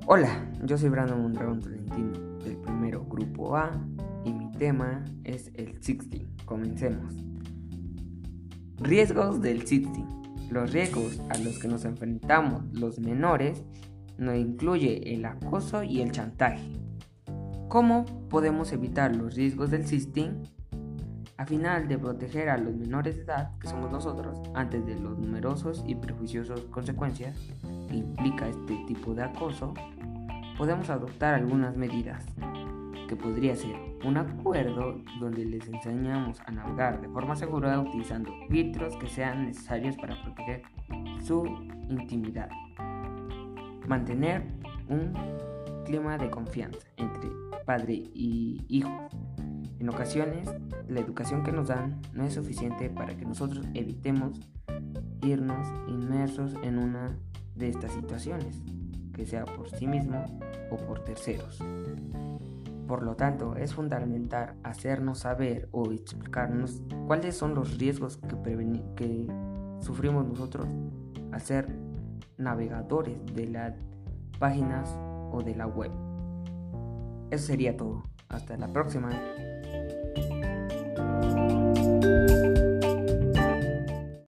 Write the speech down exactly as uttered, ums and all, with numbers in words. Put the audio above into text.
Hola, yo soy Brandon Mondragón Tolentino del primero Grupo A y mi tema es el sexting. Comencemos. Riesgos del sexting. Los riesgos a los que nos enfrentamos los menores no incluye el acoso y el chantaje. ¿Cómo podemos evitar los riesgos del sexting? A final de proteger a los menores de edad, que somos nosotros, antes de los numerosos y prejuiciosas consecuencias que implica este tipo de acoso, podemos adoptar algunas medidas, que podría ser un acuerdo donde les enseñamos a navegar de forma segura utilizando filtros que sean necesarios para proteger su intimidad. Mantener un clima de confianza entre padre y hijo. En ocasiones, la educación que nos dan no es suficiente para que nosotros evitemos irnos inmersos en una de estas situaciones, que sea por sí mismo o por terceros. Por lo tanto, es fundamental hacernos saber o explicarnos cuáles son los riesgos que, preveni- que sufrimos nosotros al ser navegadores de las páginas o de la web. Eso sería todo. Hasta la próxima.